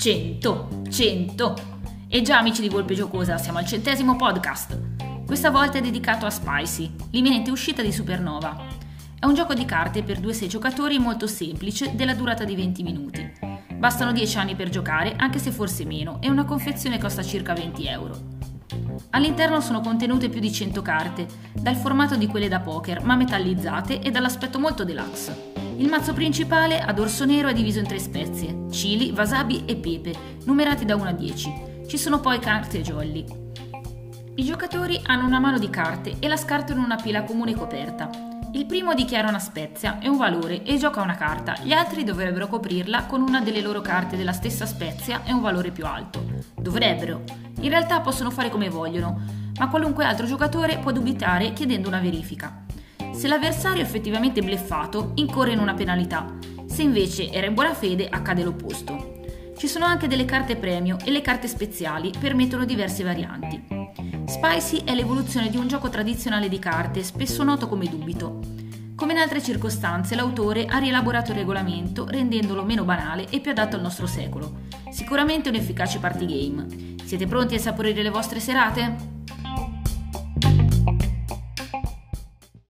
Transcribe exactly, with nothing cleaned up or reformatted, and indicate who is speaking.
Speaker 1: cento, cento. E già amici di Volpe Giocosa, siamo al centesimo podcast. Questa volta è dedicato a Spicy, l'imminente uscita di Supernova. È un gioco di carte per due sei giocatori molto semplice, della durata di venti minuti. Bastano dieci anni per giocare, anche se forse meno, e una confezione costa circa venti euro. All'interno sono contenute più di cento carte, dal formato di quelle da poker, ma metallizzate e dall'aspetto molto deluxe. Il mazzo principale, a dorso nero, è diviso in tre spezie: chili, wasabi e pepe, numerati da uno a dieci. Ci sono poi carte jolly. I giocatori hanno una mano di carte e la scartano in una pila comune coperta. Il primo dichiara una spezia e un valore e gioca una carta, gli altri dovrebbero coprirla con una delle loro carte della stessa spezia e un valore più alto. Dovrebbero. In realtà possono fare come vogliono, ma qualunque altro giocatore può dubitare chiedendo una verifica. Se l'avversario è effettivamente bleffato, incorre in una penalità. Se invece era in buona fede, accade l'opposto. Ci sono anche delle carte premio e le carte speziali permettono diverse varianti. Spicy è l'evoluzione di un gioco tradizionale di carte, spesso noto come Dubito. Come in altre circostanze, l'autore ha rielaborato il regolamento rendendolo meno banale e più adatto al nostro secolo. Sicuramente un efficace party game. Siete pronti a saporire le vostre serate?